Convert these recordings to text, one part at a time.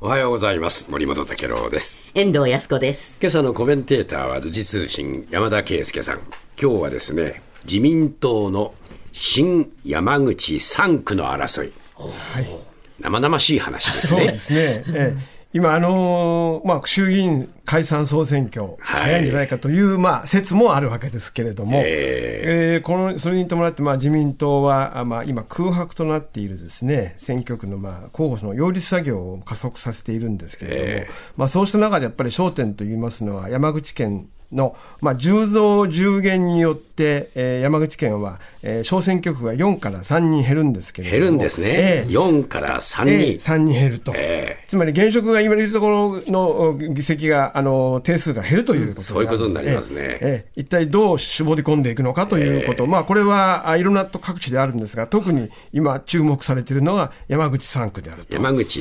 おはようございます。森本武郎です。 遠藤康子です。 今朝のコメンテーターは時事通信山田圭介さん。今日はですね、自民党の新山口3区の争い、はい、生々しい話ですね。 そうですね、今衆議院解散総選挙、早いんじゃないかという、説もあるわけですけれども、それに伴って、自民党は、今空白となっているですね、選挙区の、候補の擁立作業を加速させているんですけれども、そうした中でやっぱり焦点といいますのは山口県の、10増10減によって、山口県は、小選挙区が4から3に減るんですけれども、 減るんですね、4から3に、 3に減ると、つまり現職が今いるところの議席が定数が減るということで、 そういうことになりますね、 一体どう絞り込んでいくのかということ、これはいろんな各地であるんですが、特に今注目されているのが山口3区であると。 山口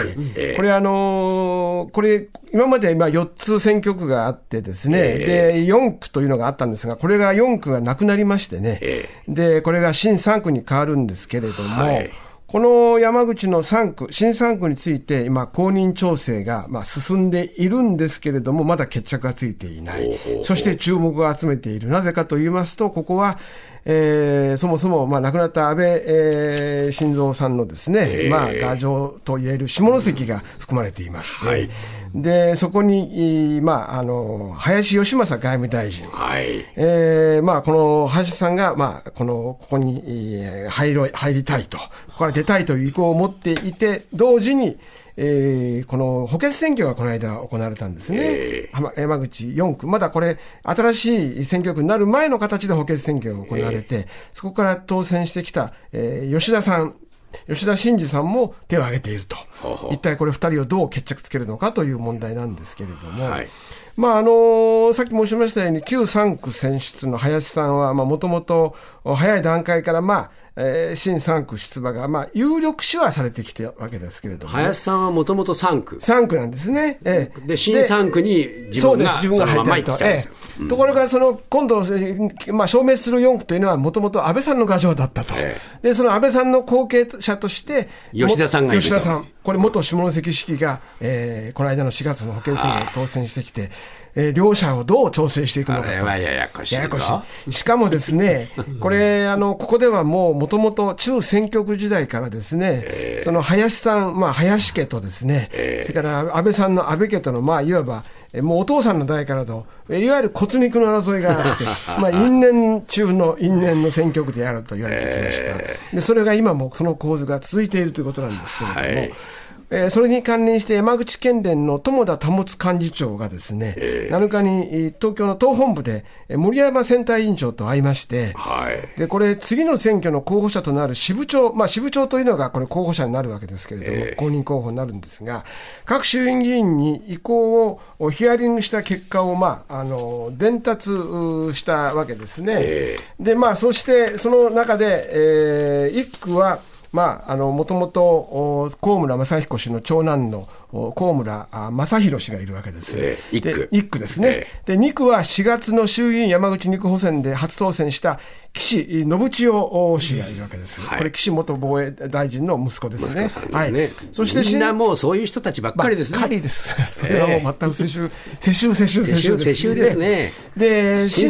3区、 これ今まで4つ選挙区があってですね、で4区というのがあったんですが、これが4区がなくなりましてね、でこれが新3区に変わるんですけれども、この山口の3区、新3区について今公認調整が進んでいるんですけれども、まだ決着がついていない。そして注目を集めている。なぜかと言いますと、ここはそもそも亡くなった安倍晋三さんのですね、牙城といえる下関が含まれていまして、でそこに、林芳正外務大臣、この林さんが、ここに、入りたいと、ここから出たいという意向を持っていて、同時にこの補欠選挙がこの間行われたんですね、山口4区、まだこれ新しい選挙区になる前の形で補欠選挙が行われて、そこから当選してきた、吉田真次さんも手を挙げていると。一体これ2人をどう決着つけるのかという問題なんですけれども、さっき申しましたように旧3区選出の林さんはもともと早い段階から新3区出馬が有力視はされてきてるわけですけれども、 林さんはもともと3区なんですね、 で新3区に自分が入りたいと、ところが今度、消滅する4区というのはもともと安倍さんの牙城だったと、でその安倍さんの後継者として吉田さんがいると。 吉田さん、これ元下関市議が、この間の4月の補欠選挙で当選してきて、両者をどう調整していくのかと。 あれはややこしい。 しかもですね、これここではもともと中選挙区時代からですね、その林さん、林家とですね、それから安倍さんの安倍家とのいわばもうお父さんの代からのいわゆる骨肉の争いがあって因縁中の因縁の選挙区であると言われてきました。でそれが今もその構図が続いているということなんですけれども、それに関連して山口県連の友田保幹事長がですね、7日に東京の党本部で森山選対委員長と会いまして、でこれ次の選挙の候補者となる支部長、支部長というのがこれ候補者になるわけですけれども、公認候補になるんですが、各衆院議員に意向をヒアリングした結果を伝達したわけですね。でそしてその中で、一区はもともと高村正彦氏の長男の高村正弘氏がいるわけです。1区ですね。で2区は4月の衆議院山口2区補選で初当選した岸信千代氏がいるわけです。これ岸元防衛大臣の息子ですね。 そしてみんなもうそういう人たちばっかりですね。 ばっかりです。それはもう全く世襲ですね。で新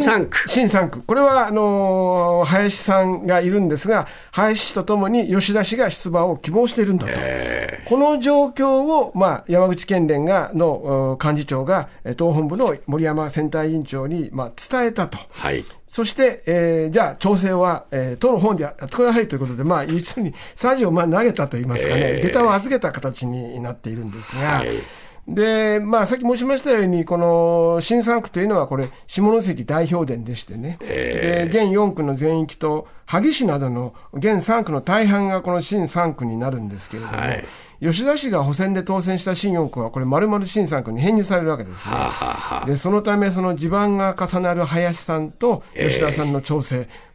3区、これは林さんがいるんですが、林氏とともに吉田氏が出馬を希望しているんだと。この状況を山口県連の幹事長が党本部の森山選対委員長に伝えたと。そして、じゃあ調整は、党の方にやってくださいということで、実にさじを投げたといいますかね、下駄を預けた形になっているんですが、でさっき申しましたように、この新3区というのはこれ下関代表殿でしてね、で現4区の全域と萩市などの現3区の大半がこの新3区になるんですけれども、吉田氏が補選で当選した新4区はこれ丸々新3区に編入されるわけですね。でそのためその地盤が重なる林さんと吉田さんの調整、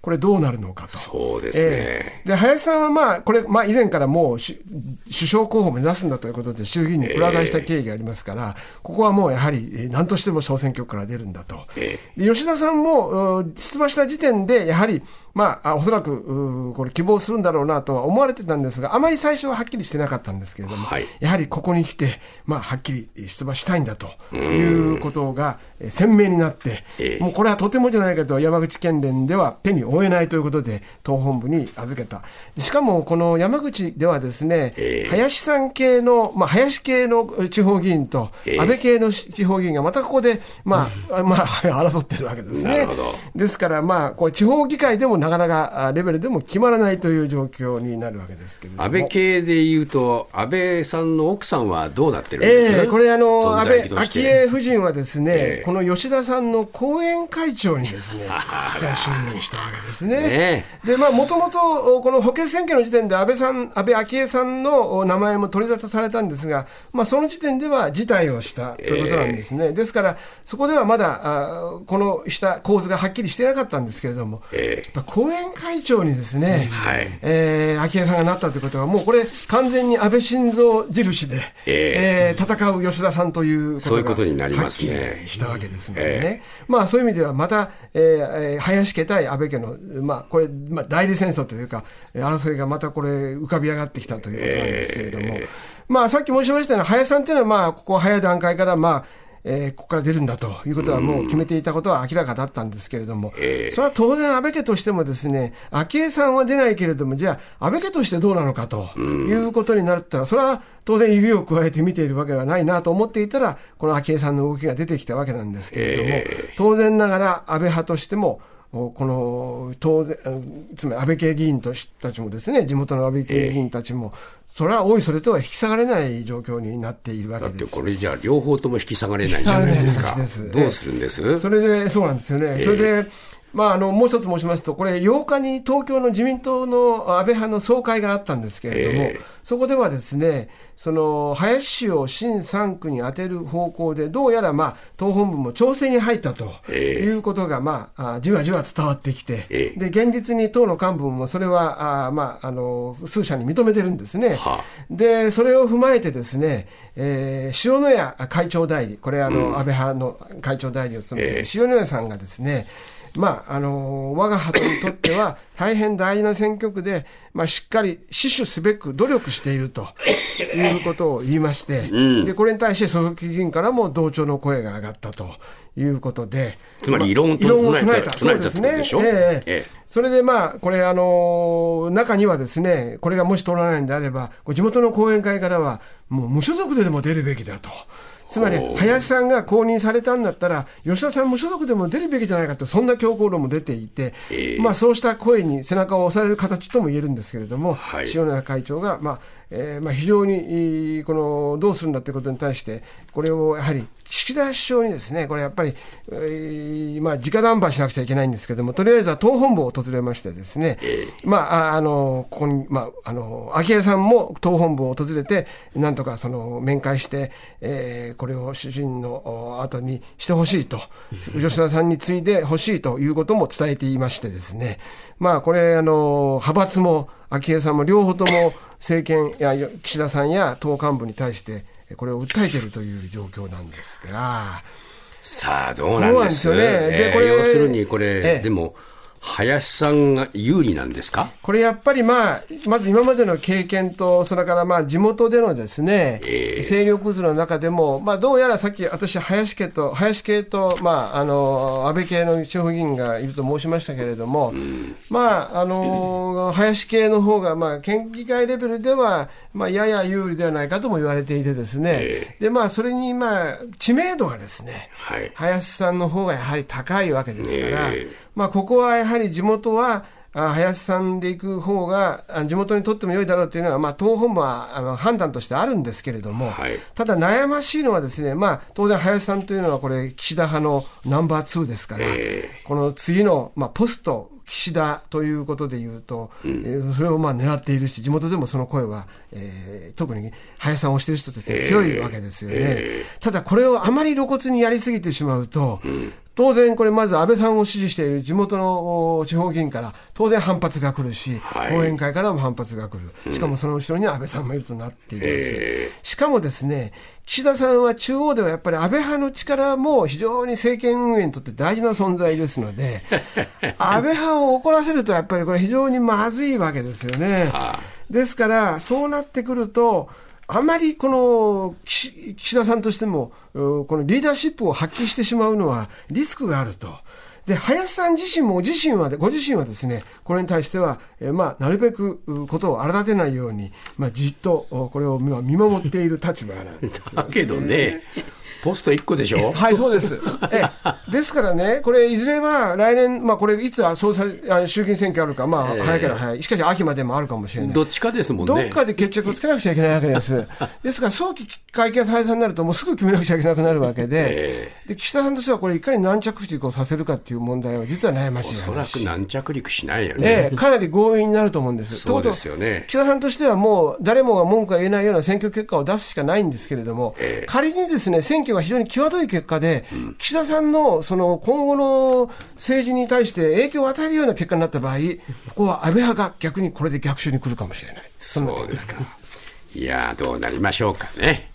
これどうなるのかと。 そうですね。 で、林さんはこれ、以前からもう首相候補を目指すんだということで衆議院にくら替えした経緯がありますから、ここはもうやはり何としても小選挙区から出るんだと。で、吉田さんも出馬した時点でやはりおそらくこれ希望するんだろうなとは思われてたんですが、あまり最初ははっきりしてなかったんですけれども、やはりここに来て、はっきり出馬したいんだということが鮮明になって、もうこれはとてもじゃないけど山口県連では手に負えないということで党本部に預けた。しかもこの山口ではですね、林さん系の、林系の地方議員と安倍系の地方議員がまたここで争ってるわけですね。ですからこれ地方議会でもなかなかレベルでも決まらないという状況になるわけですけれども、 安倍系でいうと安倍さんの奥さんはどうなってるんですか。 これ安倍昭恵夫人はですね、この吉田さんの後援会長にですね就任したわけですね。でもともとこの補欠選挙の時点で安倍昭恵さんの名前も取り沙汰されたんですが、その時点では辞退をしたということなんですね。ですからそこではまだこのした構図がはっきりしてなかったんですけれども、後援会長にですね、昭恵さんがなったということはもうこれ完全に安倍晋三印で、戦う吉田さんということがはっきりしたわけですのでね。そういう意味ではまた、林家対安倍家の、これ、代理戦争というか争いがまたこれ浮かび上がってきたということなんですけれども、さっき申しましたように林さんというのはここ早い段階からここから出るんだということはもう決めていたことは明らかだったんですけれども、それは当然安倍家としてもですね、昭恵さんは出ないけれども、じゃあ安倍家としてどうなのかということになったら、それは当然指を加えて見ているわけではないなと思っていたら、この昭恵さんの動きが出てきたわけなんですけれども、当然ながら安倍派としてもこの当然つまり安倍系議員たちもですね、地元の安倍系議員たちもそれはおいそれとは引き下がれない状況になっているわけです。 だってこれじゃあ両方とも引き下がれないじゃないですか。どうするんです？ それでそうなんですよね。それでもう一つ申しますと、これ8日に東京の自民党の安倍派の総会があったんですけれども、そこではですね、その林氏を新3区に当てる方向でどうやら党本部も調整に入ったということがじわじわ伝わってきて、で現実に党の幹部もそれは数社に認めてるんですね。でそれを踏まえてですね、塩谷会長代理、これ安倍派の会長代理を務めている塩谷さんがですね、我が派にとっては大変大事な選挙区で、しっかり死守すべく努力しているということを言いまして、でこれに対して所属議員からも同調の声が上がったということで、 つまり異論を唱えたそうですね。 それでこれ中にはですね、これがもし通らないんであれば、地元の後援会からはもう無所属でも出るべきだと。つまり林さんが公認されたんだったら吉田さん無所属でも出るべきじゃないかと、そんな強硬論も出ていて、そうした声に背中を押される形とも言えるんですけれども、塩谷会長が非常にこのどうするんだということに対して、これをやはり岸田首相にですね、これやっぱり直談判しなくちゃいけないんですけども、とりあえずは党本部を訪れましてですね、ここに昭恵さんも党本部を訪れてなんとかその面会して、これを主人の後にしてほしいと、吉田さんに継いでほしいということも伝えていましてですね、これ派閥も昭恵さんも両方とも政権や岸田さんや党幹部に対してこれを訴えているという状況なんですが、 さあどうなんですよね。でこれ要するにこれ、でも林さんが有利なんですか。これやっぱりまず今までの経験と、それから地元でのですね、勢力図の中でも、どうやらさっき私林系と安倍系の地方議員がいると申しましたけれども、林系の方が県議会レベルではやや有利ではないかとも言われていてですね、でそれに知名度がですね、林さんの方がやはり高いわけですから、ここはやはり地元は林さんで行く方が地元にとっても良いだろうというのは、党本部は判断としてあるんですけれども、ただ悩ましいのはですね、当然林さんというのはこれ岸田派のナンバー2ですから、この次の、ポスト岸田ということでいうと、それを狙っているし、地元でもその声は、特に林さんを推している人として強いわけですよね。ただこれをあまり露骨にやりすぎてしまうと、 当然これまず安倍さんを支持している地元の地方議員から当然反発が来るし、後援会からも反発が来る。しかもその後ろには安倍さんもいるとなっています。しかもですね、岸田さんは中央ではやっぱり安倍派の力も非常に政権運営にとって大事な存在ですので、安倍派を怒らせるとやっぱりこれ非常にまずいわけですよね。ですからそうなってくると、あまりこの岸田さんとしてもこのリーダーシップを発揮してしまうのはリスクがあると。で、林さんご自身はですね、これに対しては、なるべくことを荒立てないように、じっとこれを見守っている立場なんですよね。 だけどね、ポスト1個でしょ。 はい、そうです。ですからね、これいずれは来年、これいつ衆議院選挙あるか、早ければ早い。しかし秋までもあるかもしれない。 どっちかですもんね。 どっかで決着をつけなくちゃいけないわけです。ですから早期解決解散になるともうすぐ決めなくちゃいけなくなるわけで、岸田さんとしてはこれいかに軟着陸をさせるかっていう問題は実は悩ましい話。 おそらく軟着陸しないよね。 かなり強引になると思うんです。 そうですよね。 岸田さんとしてはもう誰もが文句が言えないような選挙結果を出すしかないんですけれども、仮にですね、選挙が非常に際どい結果で、岸田さんのその今後の政治に対して影響を与えるような結果になった場合、ここは安倍派が逆にこれで逆襲に来るかもしれない。 そうですか。いや、どうなりましょうかね。